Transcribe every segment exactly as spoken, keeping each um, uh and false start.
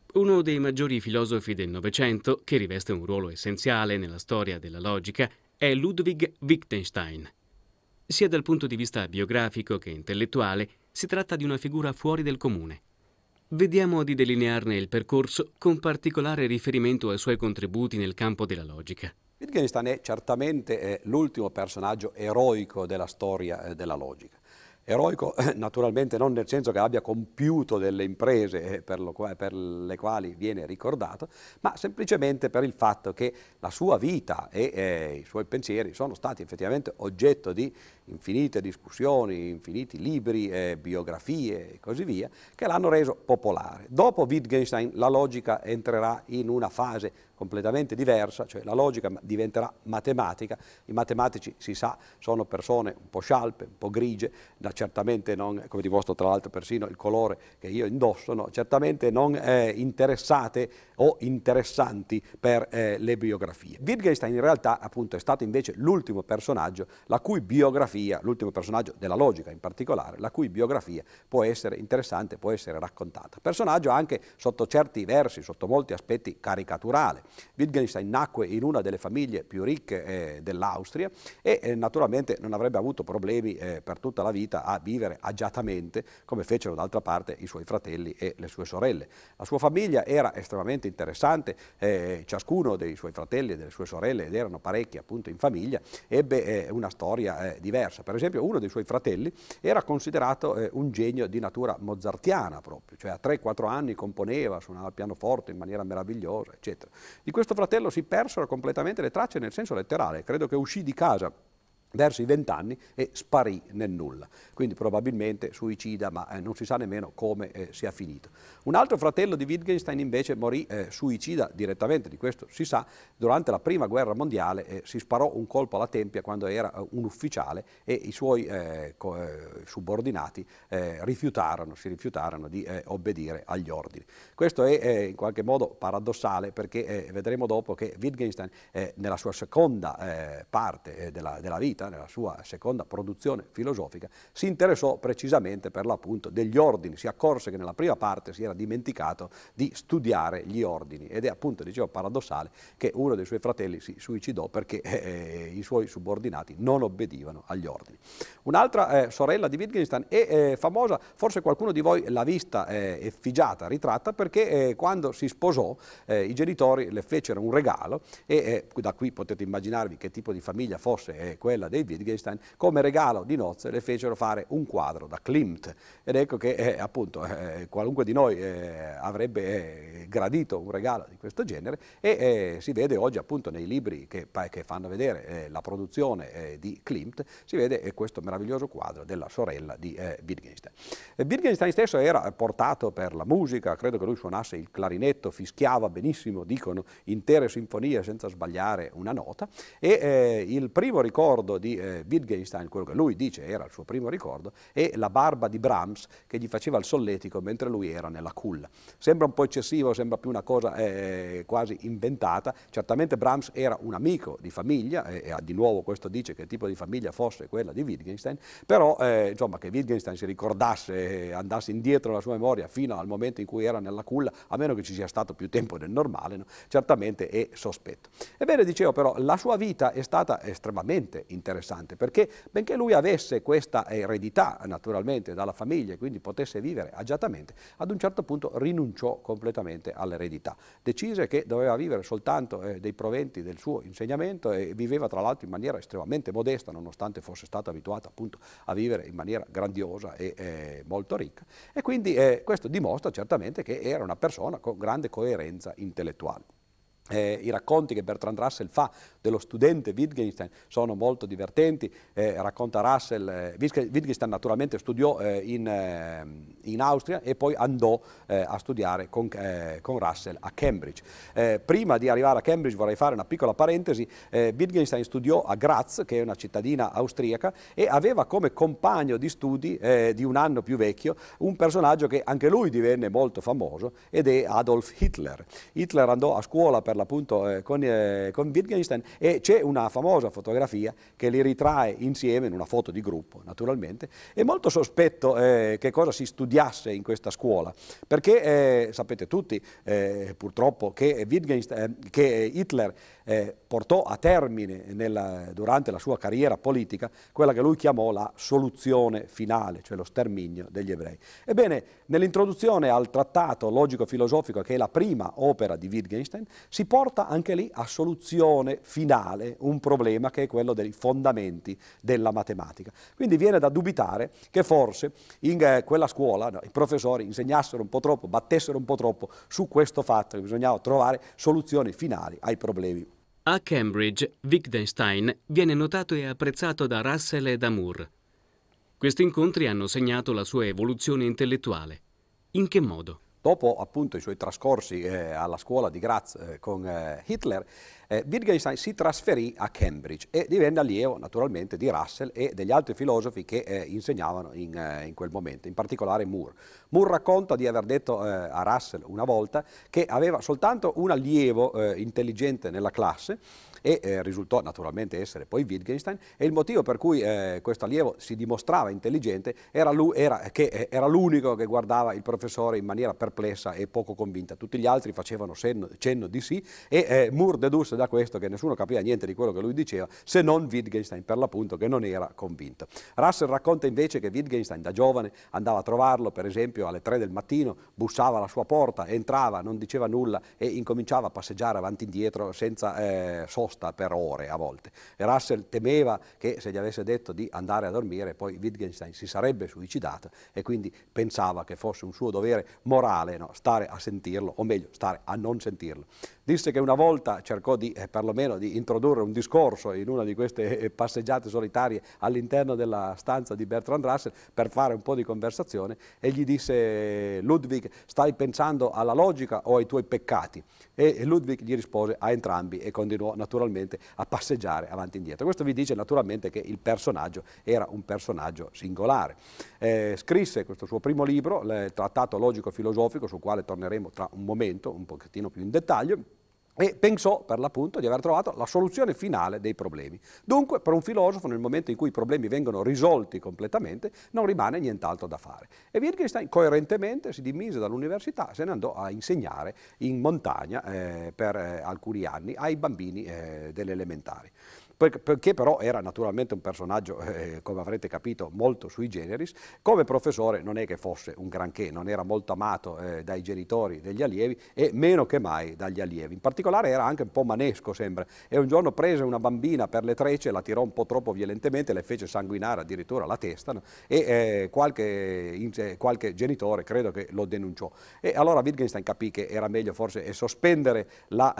Uno dei maggiori filosofi del Novecento, che riveste un ruolo essenziale nella storia della logica, è Ludwig Wittgenstein. Sia dal punto di vista biografico che intellettuale, si tratta di una figura fuori del comune. Vediamo di delinearne il percorso con particolare riferimento ai suoi contributi nel campo della logica. Wittgenstein è certamente eh, l'ultimo personaggio eroico della storia eh, della logica. Eroico eh, naturalmente non nel senso che abbia compiuto delle imprese eh, per, lo, per le quali viene ricordato, ma semplicemente per il fatto che la sua vita e eh, i suoi pensieri sono stati effettivamente oggetto di infinite discussioni, infiniti libri, eh, biografie e così via, che l'hanno reso popolare. Dopo Wittgenstein la logica entrerà in una fase completamente diversa, cioè la logica diventerà matematica. I matematici, si sa, sono persone un po' scialpe, un po' grigie, da certamente non, come dimostra tra l'altro persino il colore che io indosso, no, certamente non eh, interessate o interessanti per eh, le biografie. Wittgenstein in realtà appunto è stato invece l'ultimo personaggio la cui biografia, l'ultimo personaggio della logica in particolare, la cui biografia può essere interessante, può essere raccontata. Personaggio anche sotto certi versi, sotto molti aspetti caricaturale. Wittgenstein nacque in una delle famiglie più ricche eh, dell'Austria e eh, naturalmente non avrebbe avuto problemi eh, per tutta la vita a vivere agiatamente come fecero d'altra parte i suoi fratelli e le sue sorelle. La sua famiglia era estremamente interessante, eh, ciascuno dei suoi fratelli e delle sue sorelle, ed erano parecchi appunto in famiglia, ebbe eh, una storia eh, diversa. Per esempio uno dei suoi fratelli era considerato eh, un genio di natura mozartiana proprio, cioè a tre quattro anni componeva, suonava il pianoforte in maniera meravigliosa, eccetera. Di questo fratello si persero completamente le tracce nel senso letterale, credo che uscì di casa verso i vent'anni e sparì nel nulla, quindi probabilmente suicida, ma eh, non si sa nemmeno come eh, sia finito. Un altro fratello di Wittgenstein invece morì eh, suicida direttamente, di questo si sa, durante la prima guerra mondiale eh, si sparò un colpo alla tempia quando era eh, un ufficiale e i suoi eh, co eh, subordinati eh, rifiutarono, si rifiutarono di eh, obbedire agli ordini. Questo è eh, in qualche modo paradossale perché eh, vedremo dopo che Wittgenstein eh, nella sua seconda eh, parte eh, della, della vita, nella sua seconda produzione filosofica, si interessò precisamente per l'appunto degli ordini, si accorse che nella prima parte si era dimenticato di studiare gli ordini ed è appunto, dicevo, paradossale che uno dei suoi fratelli si suicidò perché eh, i suoi subordinati non obbedivano agli ordini. Un'altra eh, sorella di Wittgenstein è eh, famosa, forse qualcuno di voi l'ha vista eh, effigiata, ritratta, perché eh, quando si sposò eh, i genitori le fecero un regalo e eh, da qui potete immaginarvi che tipo di famiglia fosse eh, quella dei Wittgenstein. Come regalo di nozze le fecero fare un quadro da Klimt ed ecco che eh, appunto eh, qualunque di noi eh, avrebbe eh, gradito un regalo di questo genere e eh, si vede oggi appunto nei libri che, che fanno vedere eh, la produzione eh, di Klimt, si vede eh, questo meraviglioso quadro della sorella di eh, Wittgenstein. Eh, Wittgenstein stesso era portato per la musica, credo che lui suonasse il clarinetto, fischiava benissimo, dicono, intere sinfonie senza sbagliare una nota e eh, il primo ricordo di eh, Wittgenstein, quello che lui dice era il suo primo ricordo, è la barba di Brahms che gli faceva il solletico mentre lui era nella culla. Sembra un po' eccessivo, sembra più una cosa eh, quasi inventata. Certamente Brahms era un amico di famiglia e, e di nuovo questo dice che tipo di famiglia fosse quella di Wittgenstein, però eh, insomma che Wittgenstein si ricordasse e andasse indietro nella sua memoria fino al momento in cui era nella culla, a meno che ci sia stato più tempo del normale, no? Certamente è sospetto. Ebbene, dicevo però, la sua vita è stata estremamente interessante perché benché lui avesse questa eredità naturalmente dalla famiglia e quindi potesse vivere agiatamente, ad un certo punto rinunciò completamente all'eredità, decise che doveva vivere soltanto eh, dei proventi del suo insegnamento e viveva tra l'altro in maniera estremamente modesta nonostante fosse stato abituato appunto a vivere in maniera grandiosa e eh, molto ricca e quindi eh, questo dimostra certamente che era una persona con grande coerenza intellettuale. Eh, I racconti che Bertrand Russell fa dello studente Wittgenstein sono molto divertenti, eh, racconta Russell, eh, Wittgenstein naturalmente studiò eh, in, eh, in Austria e poi andò eh, a studiare con, eh, con Russell a Cambridge. Eh, prima di arrivare a Cambridge vorrei fare una piccola parentesi, eh, Wittgenstein studiò a Graz, che è una cittadina austriaca, e aveva come compagno di studi eh, di un anno più vecchio un personaggio che anche lui divenne molto famoso ed è Adolf Hitler. Hitler andò a scuola per l'appunto eh, con, eh, con Wittgenstein, e c'è una famosa fotografia che li ritrae insieme in una foto di gruppo, naturalmente. È molto sospetto eh, che cosa si studiasse in questa scuola, perché eh, sapete tutti eh, purtroppo che, Wittgenstein, eh, che Hitler eh, portò a termine nella, durante la sua carriera politica quella che lui chiamò la soluzione finale, cioè lo sterminio degli ebrei. Ebbene, nell'introduzione al trattato logico-filosofico, che è la prima opera di Wittgenstein, si porta anche lì a soluzione finale un problema che è quello dei fondamenti della matematica. Quindi viene da dubitare che forse in eh, quella scuola no, i professori insegnassero un po' troppo, battessero un po' troppo su questo fatto che bisognava trovare soluzioni finali ai problemi. A Cambridge, Wittgenstein viene notato e apprezzato da Russell e da Moore. Questi incontri hanno segnato la sua evoluzione intellettuale. In che modo? Dopo appunto i suoi trascorsi eh, alla scuola di Graz eh, con eh, Hitler, eh, Wittgenstein si trasferì a Cambridge e divenne allievo naturalmente di Russell e degli altri filosofi che eh, insegnavano in, eh, in quel momento, in particolare Moore. Moore racconta di aver detto eh, a Russell una volta che aveva soltanto un allievo eh, intelligente nella classe, e eh, risultò naturalmente essere poi Wittgenstein, e il motivo per cui eh, questo allievo si dimostrava intelligente era, lui, era che eh, era l'unico che guardava il professore in maniera perplessa e poco convinta. Tutti gli altri facevano senno, cenno di sì, e eh, Moore dedusse da questo che nessuno capiva niente di quello che lui diceva, se non Wittgenstein, per l'appunto, che non era convinto. Russell racconta invece che Wittgenstein da giovane andava a trovarlo, per esempio alle tre del mattino, bussava alla sua porta, entrava, non diceva nulla e incominciava a passeggiare avanti e indietro senza eh, sosta per ore a volte. E Russell temeva che se gli avesse detto di andare a dormire poi Wittgenstein si sarebbe suicidato, e quindi pensava che fosse un suo dovere morale no, stare a sentirlo, o meglio stare a non sentirlo. Disse che una volta cercò di eh, perlomeno di introdurre un discorso in una di queste eh, passeggiate solitarie all'interno della stanza di Bertrand Russell per fare un po' di conversazione, e gli disse: Ludwig, stai pensando alla logica o ai tuoi peccati? E Ludwig gli rispose: a entrambi, e continuò naturalmente a passeggiare avanti e indietro. Questo vi dice naturalmente che il personaggio era un personaggio singolare. Eh, scrisse questo suo primo libro, il Trattato logico-filosofico, sul quale torneremo tra un momento un pochettino più in dettaglio, e pensò per l'appunto di aver trovato la soluzione finale dei problemi. Dunque, per un filosofo, nel momento in cui i problemi vengono risolti completamente, non rimane nient'altro da fare. E Wittgenstein coerentemente si dimise dall'università, se ne andò a insegnare in montagna eh, per eh, alcuni anni ai bambini eh, delle elementari. Perché però era naturalmente un personaggio, eh, come avrete capito, molto sui generis. Come professore non è che fosse un granché, non era molto amato eh, dai genitori degli allievi e meno che mai dagli allievi. In particolare era anche un po' manesco, sembra, e un giorno prese una bambina per le trecce, la tirò un po' troppo violentemente, le fece sanguinare addirittura la testa, no? e eh, qualche, in, eh, qualche genitore credo che lo denunciò. E allora Wittgenstein capì che era meglio forse sospendere la,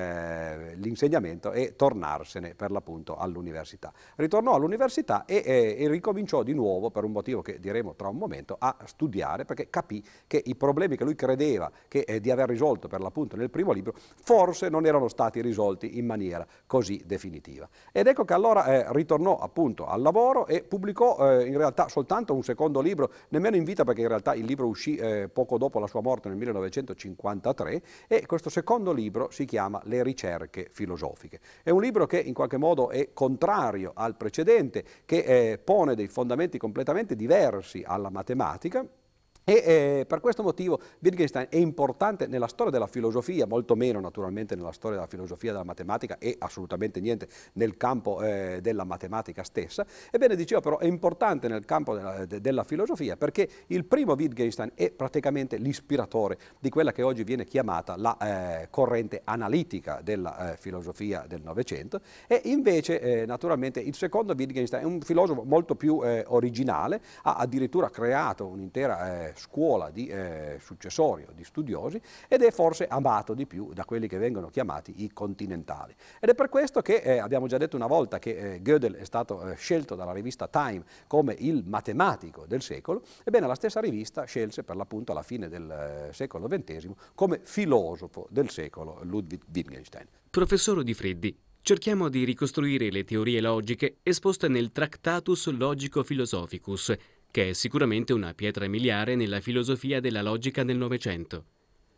eh, l'insegnamento e tornarsene per l'appunto all'università. Ritornò all'università e, eh, e ricominciò di nuovo, per un motivo che diremo tra un momento, a studiare, perché capì che i problemi che lui credeva che, eh, di aver risolto per l'appunto nel primo libro forse non erano stati risolti in maniera così definitiva. Ed ecco che allora eh, ritornò appunto al lavoro e pubblicò eh, in realtà soltanto un secondo libro, nemmeno in vita, perché in realtà il libro uscì eh, poco dopo la sua morte nel millenovecentocinquantatré, e questo secondo libro si chiama Le ricerche filosofiche. È un libro che in qualche modo è contrario al precedente, che eh, pone dei fondamenti completamente diversi alla matematica. E eh, per questo motivo Wittgenstein è importante nella storia della filosofia, molto meno naturalmente nella storia della filosofia della matematica, e assolutamente niente nel campo eh, della matematica stessa. Ebbene, dicevo, però è importante nel campo della, de, della filosofia perché il primo Wittgenstein è praticamente l'ispiratore di quella che oggi viene chiamata la eh, corrente analitica della eh, filosofia del Novecento, e invece eh, naturalmente il secondo Wittgenstein è un filosofo molto più eh, originale, ha addirittura creato un'intera eh, scuola di eh, successori o di studiosi, ed è forse amato di più da quelli che vengono chiamati i continentali. Ed è per questo che eh, abbiamo già detto una volta che eh, Gödel è stato eh, scelto dalla rivista Time come il matematico del secolo. Ebbene, la stessa rivista scelse per l'appunto alla fine del eh, secolo ventesimo come filosofo del secolo Ludwig Wittgenstein. Professor Di Freddi, cerchiamo di ricostruire le teorie logiche esposte nel Tractatus Logico-Philosophicus, che è sicuramente una pietra miliare nella filosofia della logica del Novecento.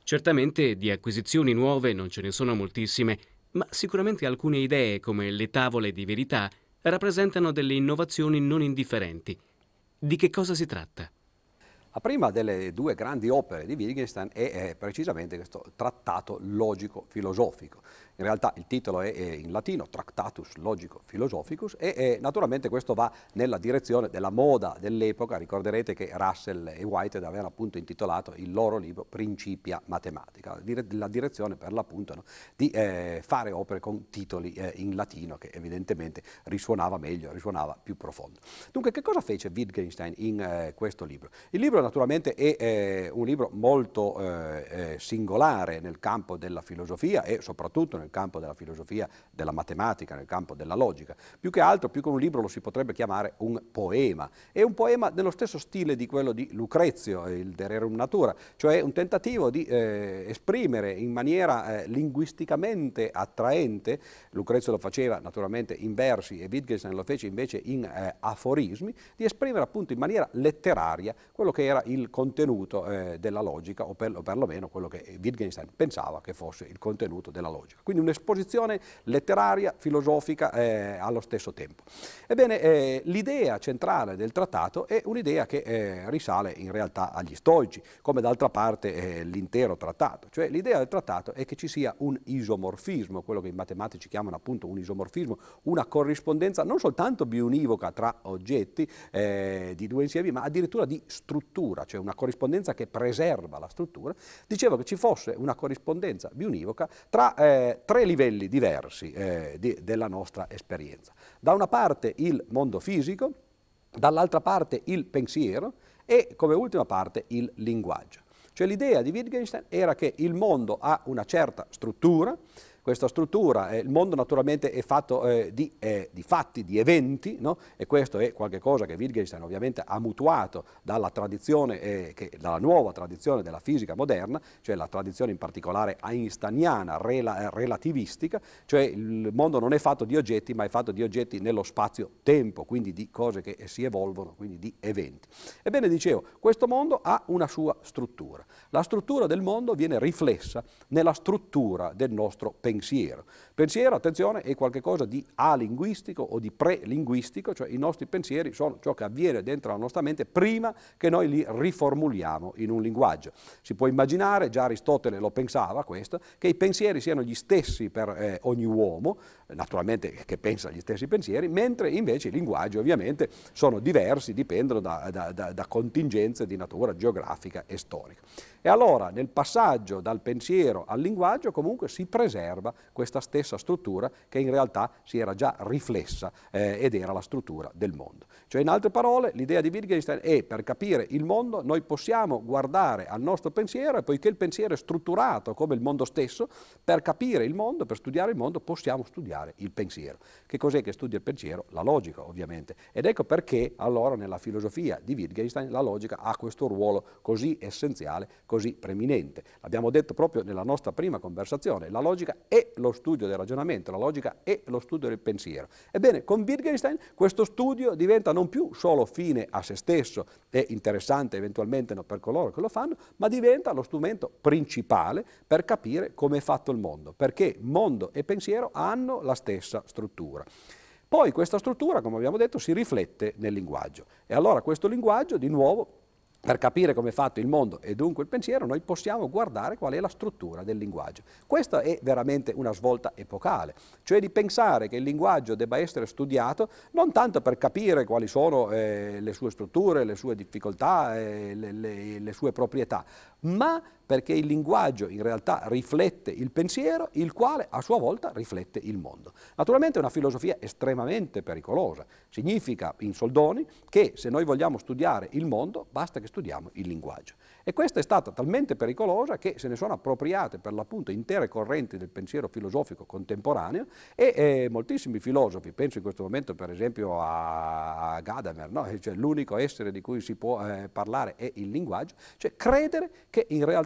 Certamente di acquisizioni nuove non ce ne sono moltissime, ma sicuramente alcune idee, come le tavole di verità, rappresentano delle innovazioni non indifferenti. Di che cosa si tratta? La prima delle due grandi opere di Wittgenstein è, è precisamente questo trattato logico-filosofico. In realtà il titolo è, è in latino Tractatus Logico-Philosophicus e, e naturalmente questo va nella direzione della moda dell'epoca. Ricorderete che Russell e Whitehead avevano appunto intitolato il loro libro Principia Mathematica, la direzione per l'appunto, no, di eh, fare opere con titoli eh, in latino, che evidentemente risuonava meglio, risuonava più profondo. Dunque, che cosa fece Wittgenstein in eh, questo libro? Il libro naturalmente è eh, un libro molto eh, eh, singolare nel campo della filosofia e soprattutto nel campo della filosofia della matematica, nel campo della logica. Più che altro, più che un libro, lo si potrebbe chiamare un poema. È un poema nello stesso stile di quello di Lucrezio, il De Rerum Natura, cioè un tentativo di eh, esprimere in maniera eh, linguisticamente attraente. Lucrezio lo faceva naturalmente in versi e Wittgenstein lo fece invece in eh, aforismi, di esprimere appunto in maniera letteraria quello che era il contenuto eh, della logica, o, per, o perlomeno quello che Wittgenstein pensava che fosse il contenuto della logica. Quindi un'esposizione letteraria, filosofica eh, allo stesso tempo. Ebbene, eh, l'idea centrale del trattato è un'idea che eh, risale in realtà agli stoici, come d'altra parte eh, l'intero trattato. Cioè l'idea del trattato è che ci sia un isomorfismo, quello che i matematici chiamano appunto un isomorfismo, una corrispondenza non soltanto biunivoca tra oggetti eh, di due insiemi, ma addirittura di strutture, cioè una corrispondenza che preserva la struttura. Dicevo che ci fosse una corrispondenza biunivoca tra eh, tre livelli diversi eh, di, della nostra esperienza. Da una parte il mondo fisico, dall'altra parte il pensiero e come ultima parte il linguaggio. Cioè l'idea di Wittgenstein era che il mondo ha una certa struttura. Questa struttura, eh, il mondo naturalmente è fatto eh, di, eh, di fatti, di eventi, no? E questo è qualcosa che Wittgenstein ovviamente ha mutuato dalla tradizione, eh, che, dalla nuova tradizione della fisica moderna, cioè la tradizione in particolare einsteiniana, rela, relativistica, cioè il mondo non è fatto di oggetti, ma è fatto di oggetti nello spazio-tempo, quindi di cose che si evolvono, quindi di eventi. Ebbene, dicevo, questo mondo ha una sua struttura. La struttura del mondo viene riflessa nella struttura del nostro pensiero. Pensiero. Pensiero, attenzione, è qualcosa di alinguistico o di prelinguistico, cioè i nostri pensieri sono ciò che avviene dentro la nostra mente prima che noi li riformuliamo in un linguaggio. Si può immaginare, già Aristotele lo pensava questo, che i pensieri siano gli stessi per eh, ogni uomo, naturalmente che pensa gli stessi pensieri, mentre invece i linguaggi ovviamente sono diversi, dipendono da, da, da, da contingenze di natura geografica e storica. E allora nel passaggio dal pensiero al linguaggio comunque si preserva questa stessa struttura che in realtà si era già riflessa eh, ed era la struttura del mondo. Cioè in altre parole l'idea di Wittgenstein è: per capire il mondo noi possiamo guardare al nostro pensiero e poiché il pensiero è strutturato come il mondo stesso, per capire il mondo, per studiare il mondo possiamo studiare il pensiero. Che cos'è che studia il pensiero? La logica ovviamente. Ed ecco perché allora nella filosofia di Wittgenstein la logica ha questo ruolo così essenziale, così preminente. L'abbiamo detto proprio nella nostra prima conversazione, la logica è lo studio del ragionamento, la logica è lo studio del pensiero. Ebbene, con Wittgenstein questo studio diventa non più solo fine a se stesso e interessante eventualmente no, per coloro che lo fanno, ma diventa lo strumento principale per capire come è fatto il mondo, perché mondo e pensiero hanno la stessa struttura. Poi questa struttura, come abbiamo detto, si riflette nel linguaggio e allora questo linguaggio, di nuovo, per capire come è fatto il mondo e dunque il pensiero, noi possiamo guardare qual è la struttura del linguaggio. Questa è veramente una svolta epocale, cioè di pensare che il linguaggio debba essere studiato non tanto per capire quali sono eh, le sue strutture, le sue difficoltà, eh, le, le, le sue proprietà, ma perché il linguaggio in realtà riflette il pensiero, il quale a sua volta riflette il mondo. Naturalmente è una filosofia estremamente pericolosa. Significa, in soldoni, che se noi vogliamo studiare il mondo basta che studiamo il linguaggio. E questa è stata talmente pericolosa che se ne sono appropriate per l'appunto intere correnti del pensiero filosofico contemporaneo e eh, moltissimi filosofi, penso in questo momento per esempio a Gadamer, no? Cioè, l'unico essere di cui si può eh, parlare è il linguaggio, cioè credere che in realtà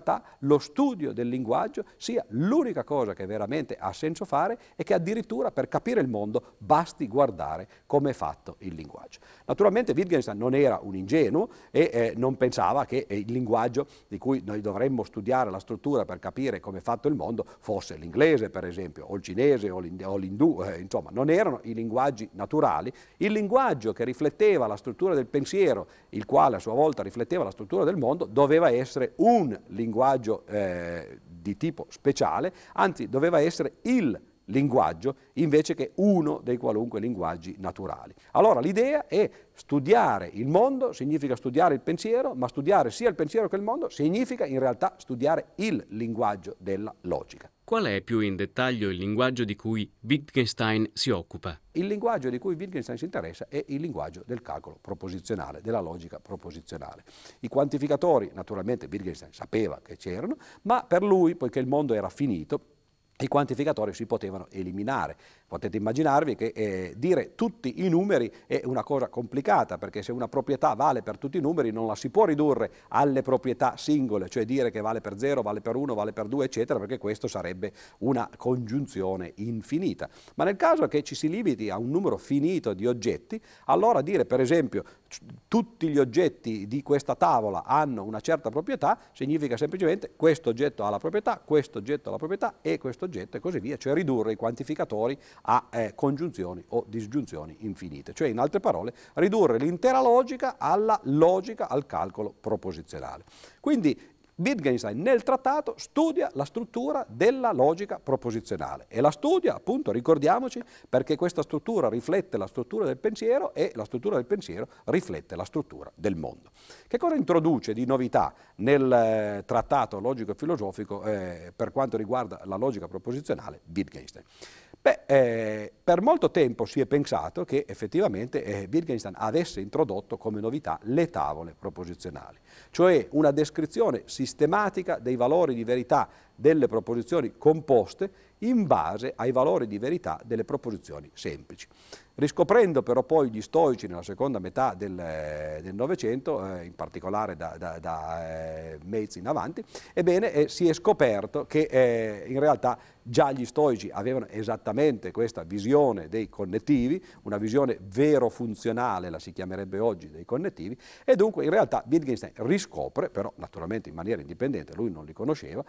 realtà lo studio del linguaggio sia l'unica cosa che veramente ha senso fare e che addirittura per capire il mondo basti guardare come è fatto il linguaggio. Naturalmente Wittgenstein non era un ingenuo e eh, non pensava che eh, il linguaggio di cui noi dovremmo studiare la struttura per capire come è fatto il mondo fosse l'inglese, per esempio, o il cinese o l'indù, eh, insomma, non erano i linguaggi naturali. Il linguaggio che rifletteva la struttura del pensiero, il quale a sua volta rifletteva la struttura del mondo, doveva essere un linguaggio eh, di tipo speciale, anzi doveva essere il linguaggio invece che uno dei qualunque linguaggi naturali. Allora l'idea è studiare il mondo, significa studiare il pensiero, ma studiare sia il pensiero che il mondo significa in realtà studiare il linguaggio della logica. Qual è più in dettaglio il linguaggio di cui Wittgenstein si occupa? Il linguaggio di cui Wittgenstein si interessa è il linguaggio del calcolo proposizionale, della logica proposizionale. I quantificatori, naturalmente Wittgenstein sapeva che c'erano, ma per lui, poiché il mondo era finito, i quantificatori si potevano eliminare. Potete immaginarvi che eh, dire tutti i numeri è una cosa complicata, perché se una proprietà vale per tutti i numeri non la si può ridurre alle proprietà singole, cioè dire che vale per zero, vale per uno, vale per due, eccetera, perché questo sarebbe una congiunzione infinita. Ma nel caso che ci si limiti a un numero finito di oggetti, allora dire per esempio tutti gli oggetti di questa tavola hanno una certa proprietà significa semplicemente questo oggetto ha la proprietà, questo oggetto ha la proprietà e questo oggetto e così via, cioè ridurre i quantificatori a eh, congiunzioni o disgiunzioni infinite, cioè in altre parole ridurre l'intera logica alla logica, al calcolo proposizionale. Quindi Wittgenstein nel trattato studia la struttura della logica proposizionale e la studia, appunto, ricordiamoci, perché questa struttura riflette la struttura del pensiero e la struttura del pensiero riflette la struttura del mondo. Che cosa introduce di novità nel eh, trattato logico-filosofico eh, per quanto riguarda la logica proposizionale Wittgenstein? Beh, eh, per molto tempo si è pensato che effettivamente eh, Wittgenstein avesse introdotto come novità le tavole proposizionali, cioè una descrizione sistematica dei valori di verità delle proposizioni composte in base ai valori di verità delle proposizioni semplici. Riscoprendo però poi gli stoici nella seconda metà del Novecento, eh, in particolare da, da, da eh, Metz in avanti, ebbene eh, si è scoperto che eh, in realtà già gli stoici avevano esattamente questa visione dei connettivi, una visione vero-funzionale, la si chiamerebbe oggi, dei connettivi, e dunque in realtà Wittgenstein riscopre, però naturalmente in maniera indipendente, lui non li conosceva,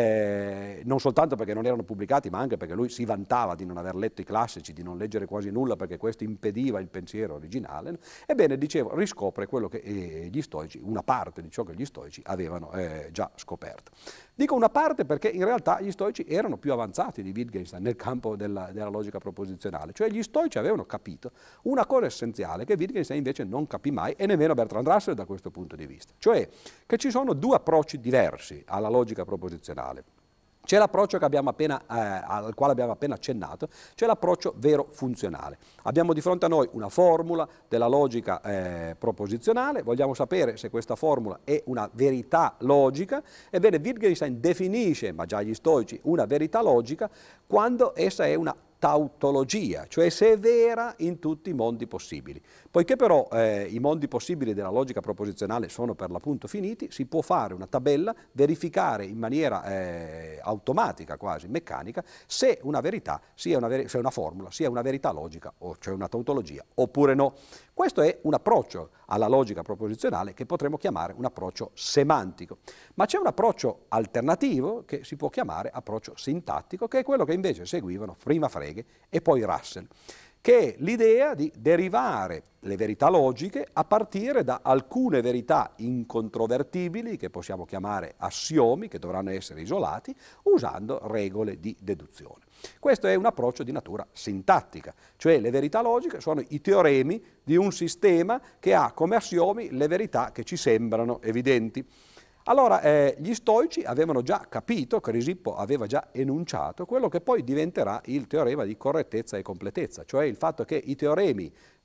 eh, non soltanto perché non erano pubblicati, ma anche perché lui si vantava di non aver letto i classici, di non leggere quasi nulla perché questo impediva il pensiero originale, no? Ebbene, dicevo, riscopre quello che eh, gli stoici, una parte di ciò che gli stoici avevano eh, già scoperto. Dico una parte perché in realtà gli stoici erano più avanzati di Wittgenstein nel campo della, della logica proposizionale, cioè gli stoici avevano capito una cosa essenziale che Wittgenstein invece non capì mai e nemmeno Bertrand Russell da questo punto di vista, cioè che ci sono due approcci diversi alla logica proposizionale. C'è l'approccio che abbiamo appena, eh, al quale abbiamo appena accennato, cioè l'approccio vero-funzionale. Abbiamo di fronte a noi una formula della logica eh, proposizionale, vogliamo sapere se questa formula è una verità logica, ebbene Wittgenstein definisce, ma già gli stoici, una verità logica quando essa è una tautologia, cioè se è vera in tutti i mondi possibili. Poiché però eh, i mondi possibili della logica proposizionale sono per l'appunto finiti, si può fare una tabella, verificare in maniera eh, automatica, quasi meccanica, se una verità sia una, ver- se una formula sia una verità logica, o cioè una tautologia, oppure no. Questo è un approccio alla logica proposizionale che potremmo chiamare un approccio semantico. Ma c'è un approccio alternativo che si può chiamare approccio sintattico, che è quello che invece seguivano prima Frege e poi Russell, che è l'idea di derivare le verità logiche a partire da alcune verità incontrovertibili, che possiamo chiamare assiomi, che dovranno essere isolati, usando regole di deduzione. Questo è un approccio di natura sintattica, cioè le verità logiche sono i teoremi di un sistema che ha come assiomi le verità che ci sembrano evidenti. Allora, eh, gli stoici avevano già capito, Crisippo aveva già enunciato, quello che poi diventerà il teorema di correttezza e completezza, cioè il fatto che i teoremi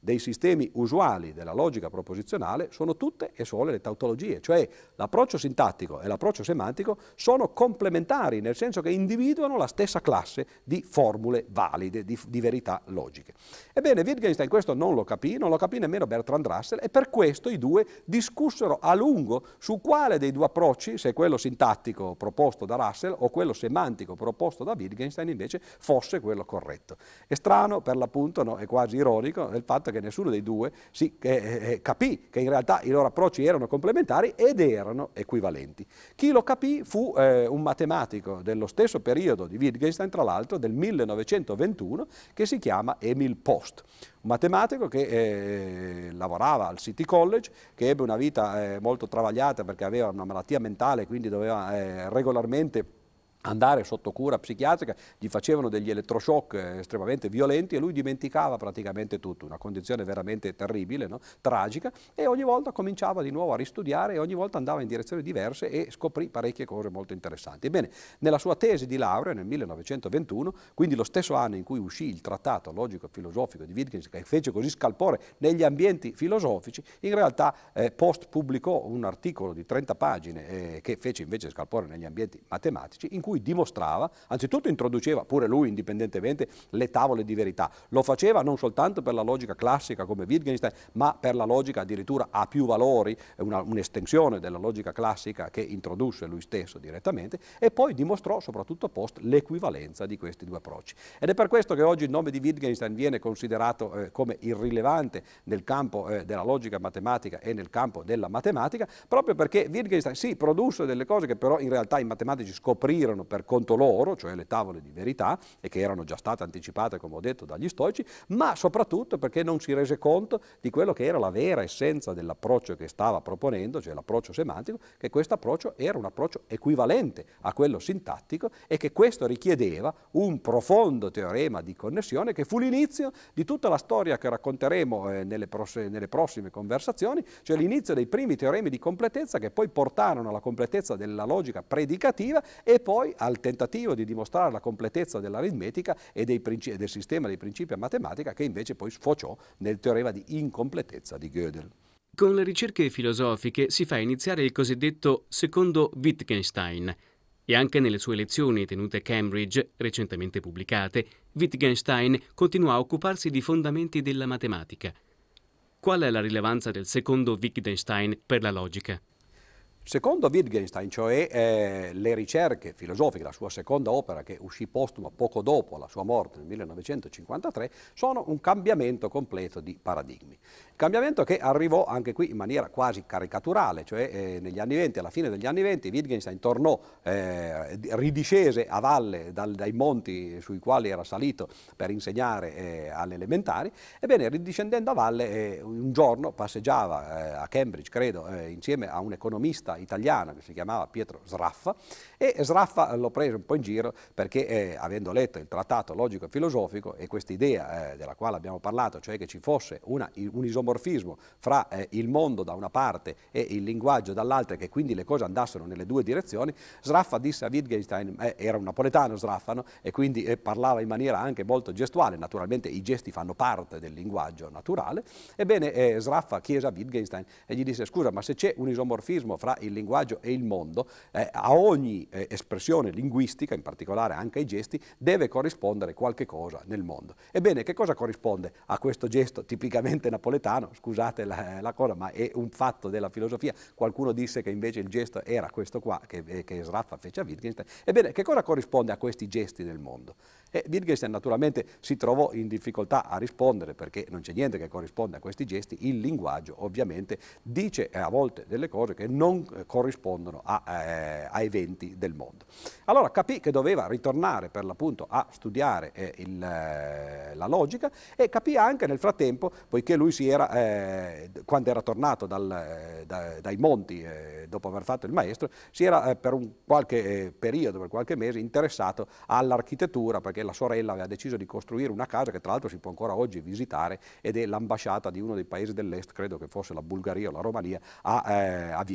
dei sistemi usuali della logica proposizionale sono tutte e sole le tautologie, cioè l'approccio sintattico e l'approccio semantico sono complementari, nel senso che individuano la stessa classe di formule valide, di, di verità logiche. Ebbene, Wittgenstein questo non lo capì, non lo capì nemmeno Bertrand Russell, e per questo i due discussero a lungo su quale dei due approcci, se quello sintattico proposto da Russell o quello semantico proposto da Wittgenstein, invece fosse quello corretto. È strano, per l'appunto, no, è quasi ironico il fatto che nessuno dei due si eh, eh, capì che in realtà i loro approcci erano complementari ed erano equivalenti. Chi lo capì fu eh, un matematico dello stesso periodo di Wittgenstein, tra l'altro del millenovecentoventuno, che si chiama Emil Post. Un matematico che eh, lavorava al City College, che ebbe una vita eh, molto travagliata perché aveva una malattia mentale, quindi doveva eh, regolarmente andare sotto cura psichiatrica, gli facevano degli elettroshock estremamente violenti e lui dimenticava praticamente tutto, una condizione veramente terribile, no? Tragica, e ogni volta cominciava di nuovo a ristudiare e ogni volta andava in direzioni diverse e scoprì parecchie cose molto interessanti. Ebbene, nella sua tesi di laurea nel millenovecentoventuno, quindi lo stesso anno in cui uscì il trattato logico-filosofico di Wittgenstein, che fece così scalpore negli ambienti filosofici, in realtà eh, Post pubblicò un articolo di trenta pagine eh, che fece invece scalpore negli ambienti matematici, in cui dimostrava, anzitutto introduceva pure lui indipendentemente le tavole di verità, lo faceva non soltanto per la logica classica come Wittgenstein, ma per la logica addirittura a più valori, una, un'estensione della logica classica che introdusse lui stesso direttamente, e poi dimostrò soprattutto Post l'equivalenza di questi due approcci. Ed è per questo che oggi il nome di Wittgenstein viene considerato eh, come irrilevante nel campo eh, della logica matematica e nel campo della matematica, proprio perché Wittgenstein sì produsse delle cose che però in realtà i matematici scoprirono per conto loro, cioè le tavole di verità, e che erano già state anticipate, come ho detto, dagli stoici, ma soprattutto perché non si rese conto di quello che era la vera essenza dell'approccio che stava proponendo, cioè l'approccio semantico, che questo approccio era un approccio equivalente a quello sintattico e che questo richiedeva un profondo teorema di connessione che fu l'inizio di tutta la storia che racconteremo eh, nelle, prossime, nelle prossime conversazioni, cioè l'inizio dei primi teoremi di completezza che poi portarono alla completezza della logica predicativa e poi al tentativo di dimostrare la completezza dell'aritmetica e dei del sistema dei principi a matematica, che invece poi sfociò nel teorema di incompletezza di Gödel. Con le ricerche filosofiche si fa iniziare il cosiddetto secondo Wittgenstein, e anche nelle sue lezioni tenute a Cambridge, recentemente pubblicate, Wittgenstein continuò a occuparsi di fondamenti della matematica. Qual è la rilevanza del secondo Wittgenstein per la logica? Secondo Wittgenstein, cioè eh, le ricerche filosofiche, la sua seconda opera che uscì postuma poco dopo la sua morte nel millenovecentocinquantatré, sono un cambiamento completo di paradigmi. Cambiamento che arrivò anche qui in maniera quasi caricaturale, cioè eh, negli anni venti, alla fine degli anni venti, Wittgenstein tornò, eh, ridiscese a valle dal, dai monti sui quali era salito per insegnare eh, alle elementari. Ebbene, ridiscendendo a valle, eh, un giorno passeggiava eh, a Cambridge, credo, eh, insieme a un economista italiano che si chiamava Pietro Sraffa, e Sraffa lo prese un po' in giro perché eh, avendo letto il trattato logico e filosofico e questa idea eh, della quale abbiamo parlato, cioè che ci fosse una, un isomorfismo fra eh, il mondo da una parte e il linguaggio dall'altra, e che quindi le cose andassero nelle due direzioni, Sraffa disse a Wittgenstein, eh, era un napoletano Sraffa, no? E quindi eh, parlava in maniera anche molto gestuale, naturalmente i gesti fanno parte del linguaggio naturale. Ebbene eh, Sraffa chiese a Wittgenstein e gli disse: scusa, ma se c'è un isomorfismo fra il linguaggio e il mondo, eh, a ogni eh, espressione linguistica, in particolare anche ai gesti, deve corrispondere qualche cosa nel mondo. Ebbene, che cosa corrisponde a questo gesto tipicamente napoletano? Scusate la, la cosa, ma è un fatto della filosofia. Qualcuno disse che invece il gesto era questo qua, che, che Sraffa fece a Wittgenstein. Ebbene, che cosa corrisponde a questi gesti nel mondo? E Wittgenstein naturalmente si trovò in difficoltà a rispondere, perché non c'è niente che corrisponde a questi gesti. Il linguaggio ovviamente dice a volte delle cose che non corrispondono a, eh, a eventi del mondo. Allora capì che doveva ritornare per l'appunto a studiare eh, il, eh, la logica, e capì anche nel frattempo, poiché lui si era, eh, quando era tornato dal, eh, da, dai monti eh, dopo aver fatto il maestro, si era eh, per un qualche eh, periodo, per qualche mese, interessato all'architettura, perché la sorella aveva deciso di costruire una casa che tra l'altro si può ancora oggi visitare, ed è l'ambasciata di uno dei paesi dell'est, credo che fosse la Bulgaria o la Romania, a, eh, a Vienna. Ebbene,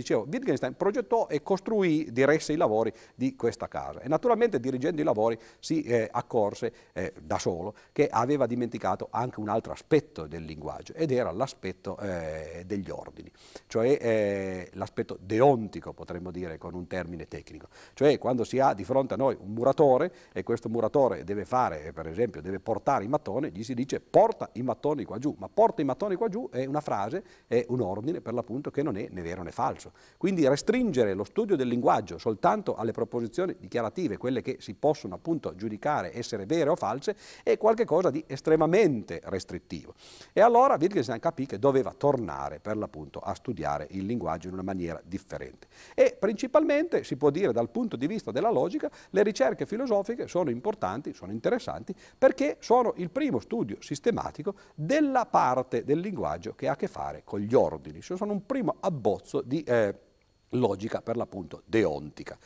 dicevo, Wittgenstein progettò e costruì, diresse i lavori di questa casa e naturalmente dirigendo i lavori si eh, accorse eh, da solo che aveva dimenticato anche un altro aspetto del linguaggio ed era l'aspetto eh, degli ordini, cioè eh, l'aspetto deontico, potremmo dire con un termine tecnico, cioè quando si ha di fronte a noi un muratore e questo muratore deve fare, per esempio, deve portare i mattoni, gli si dice porta i mattoni qua giù, ma porta i mattoni qua giù è una frase, è un ordine per l'appunto che non è né vero né falso. Quindi restringere lo studio del linguaggio soltanto alle proposizioni dichiarative, quelle che si possono appunto giudicare essere vere o false, è qualcosa di estremamente restrittivo. E allora Wittgenstein capì che doveva tornare per l'appunto a studiare il linguaggio in una maniera differente. E principalmente si può dire dal punto di vista della logica, le ricerche filosofiche sono importanti, sono interessanti, perché sono il primo studio sistematico della parte del linguaggio che ha a che fare con gli ordini, cioè sono un primo abbozzo di eh, logica per l'appunto deontica.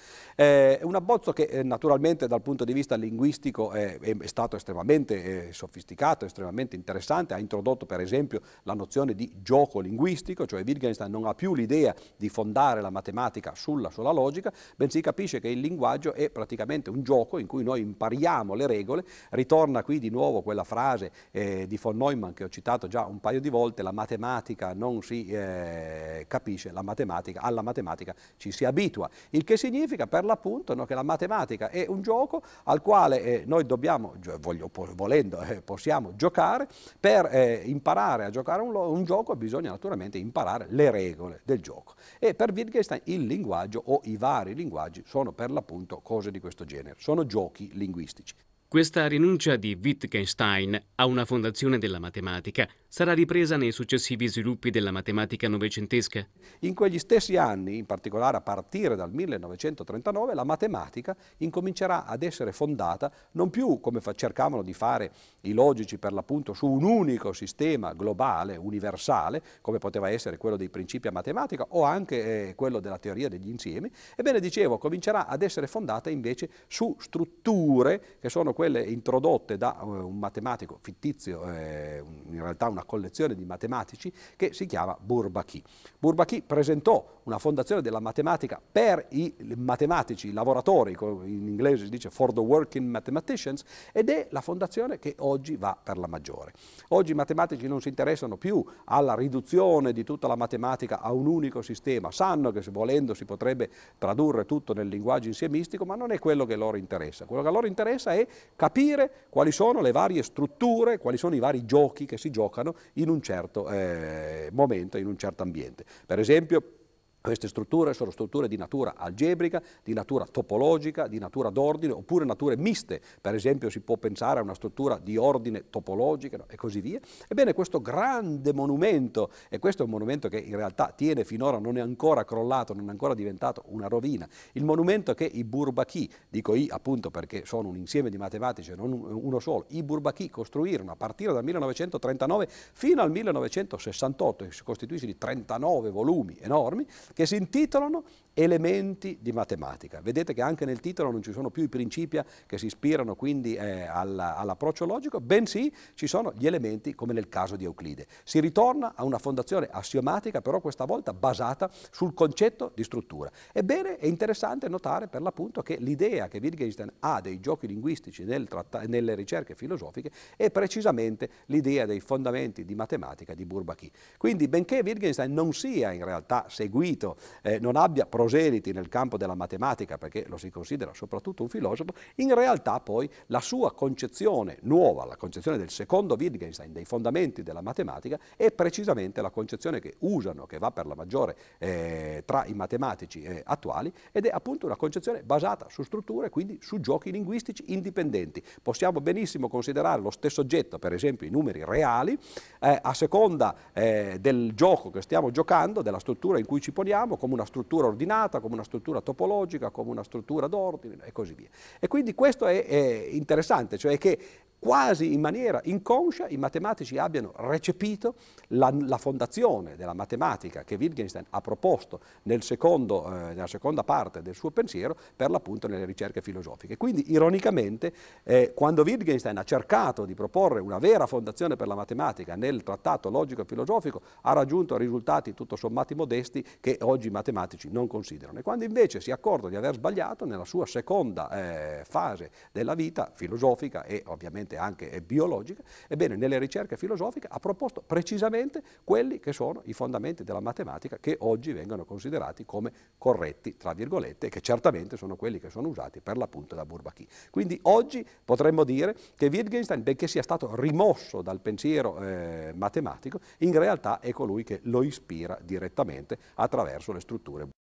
È un abbozzo che eh, naturalmente dal punto di vista linguistico eh, è stato estremamente eh, sofisticato, estremamente interessante, ha introdotto per esempio la nozione di gioco linguistico, cioè Wittgenstein non ha più l'idea di fondare la matematica sulla sola logica, bensì capisce che il linguaggio è praticamente un gioco in cui noi impariamo le regole, ritorna qui di nuovo quella frase eh, di von Neumann che ho citato già un paio di volte, la matematica non si eh, capisce, la matematica, alla matematica ci si abitua, il che significa per l'appunto no, che la matematica è un gioco al quale eh, noi dobbiamo, voglio, volendo, eh, possiamo giocare. Per eh, imparare a giocare un, un gioco bisogna naturalmente imparare le regole del gioco e per Wittgenstein il linguaggio o i vari linguaggi sono per l'appunto cose di questo genere, sono giochi linguistici. Questa rinuncia di Wittgenstein a una fondazione della matematica sarà ripresa nei successivi sviluppi della matematica novecentesca? In quegli stessi anni, in particolare a partire dal millenovecentotrentanove, la matematica incomincerà ad essere fondata non più come cercavano di fare i logici per l'appunto su un unico sistema globale, universale, come poteva essere quello dei principi a matematica o anche eh, quello della teoria degli insiemi. Ebbene, dicevo, comincerà ad essere fondata invece su strutture che sono quelle introdotte da uh, un matematico fittizio, eh, in realtà una collezione di matematici che si chiama Bourbaki. Bourbaki presentò una fondazione della matematica per i matematici, i lavoratori, in inglese si dice for the working mathematicians, ed è la fondazione che oggi va per la maggiore. Oggi i matematici non si interessano più alla riduzione di tutta la matematica a un unico sistema, sanno che se volendo si potrebbe tradurre tutto nel linguaggio insiemistico, ma non è quello che loro interessa. Quello che a loro interessa è capire quali sono le varie strutture, quali sono i vari giochi che si giocano in un certo eh, momento, in un certo ambiente. Per esempio, queste strutture sono strutture di natura algebrica, di natura topologica, di natura d'ordine, oppure nature miste. Per esempio si può pensare a una struttura di ordine topologica, no? E così via. Ebbene, questo grande monumento, e questo è un monumento che in realtà tiene finora, non è ancora crollato, non è ancora diventato una rovina, il monumento che i Bourbaki, dico i appunto perché sono un insieme di matematici, non uno solo, i Bourbaki costruirono a partire dal millenovecentotrentanove fino al millenovecentosessantotto, che si costituisce di trentanove volumi enormi, che si intitolano Elementi di matematica. Vedete che anche nel titolo non ci sono più i principia che si ispirano quindi eh, all'approccio logico, bensì ci sono gli elementi come nel caso di Euclide. Si ritorna a una fondazione assiomatica, però questa volta basata sul concetto di struttura. Ebbene, è interessante notare per l'appunto che l'idea che Wittgenstein ha dei giochi linguistici nel nelle ricerche filosofiche è precisamente l'idea dei fondamenti di matematica di Bourbaki. Quindi, benché Wittgenstein non sia in realtà seguito, eh, non abbia proseguito nel campo della matematica, perché lo si considera soprattutto un filosofo, in realtà poi la sua concezione nuova, la concezione del secondo Wittgenstein dei fondamenti della matematica, è precisamente la concezione che usano, che va per la maggiore eh, tra i matematici eh, attuali, ed è appunto una concezione basata su strutture, quindi su giochi linguistici indipendenti. Possiamo benissimo considerare lo stesso oggetto, per esempio i numeri reali, eh, a seconda eh, del gioco che stiamo giocando, della struttura in cui ci poniamo, come una struttura ordinata, come una struttura topologica, come una struttura d'ordine e così via. E quindi questo è, è interessante, cioè che quasi in maniera inconscia i matematici abbiano recepito la, la fondazione della matematica che Wittgenstein ha proposto nel secondo, eh, nella seconda parte del suo pensiero, per l'appunto nelle ricerche filosofiche. Quindi ironicamente eh, quando Wittgenstein ha cercato di proporre una vera fondazione per la matematica nel trattato logico-filosofico ha raggiunto risultati tutto sommati modesti che oggi i matematici non considerano, e quando invece si è accorto di aver sbagliato nella sua seconda eh, fase della vita filosofica e ovviamente anche biologica, ebbene nelle ricerche filosofiche ha proposto precisamente quelli che sono i fondamenti della matematica che oggi vengono considerati come corretti, tra virgolette, e che certamente sono quelli che sono usati per l'appunto da Bourbaki. Quindi oggi potremmo dire che Wittgenstein, benché sia stato rimosso dal pensiero eh, matematico, in realtà è colui che lo ispira direttamente attraverso le strutture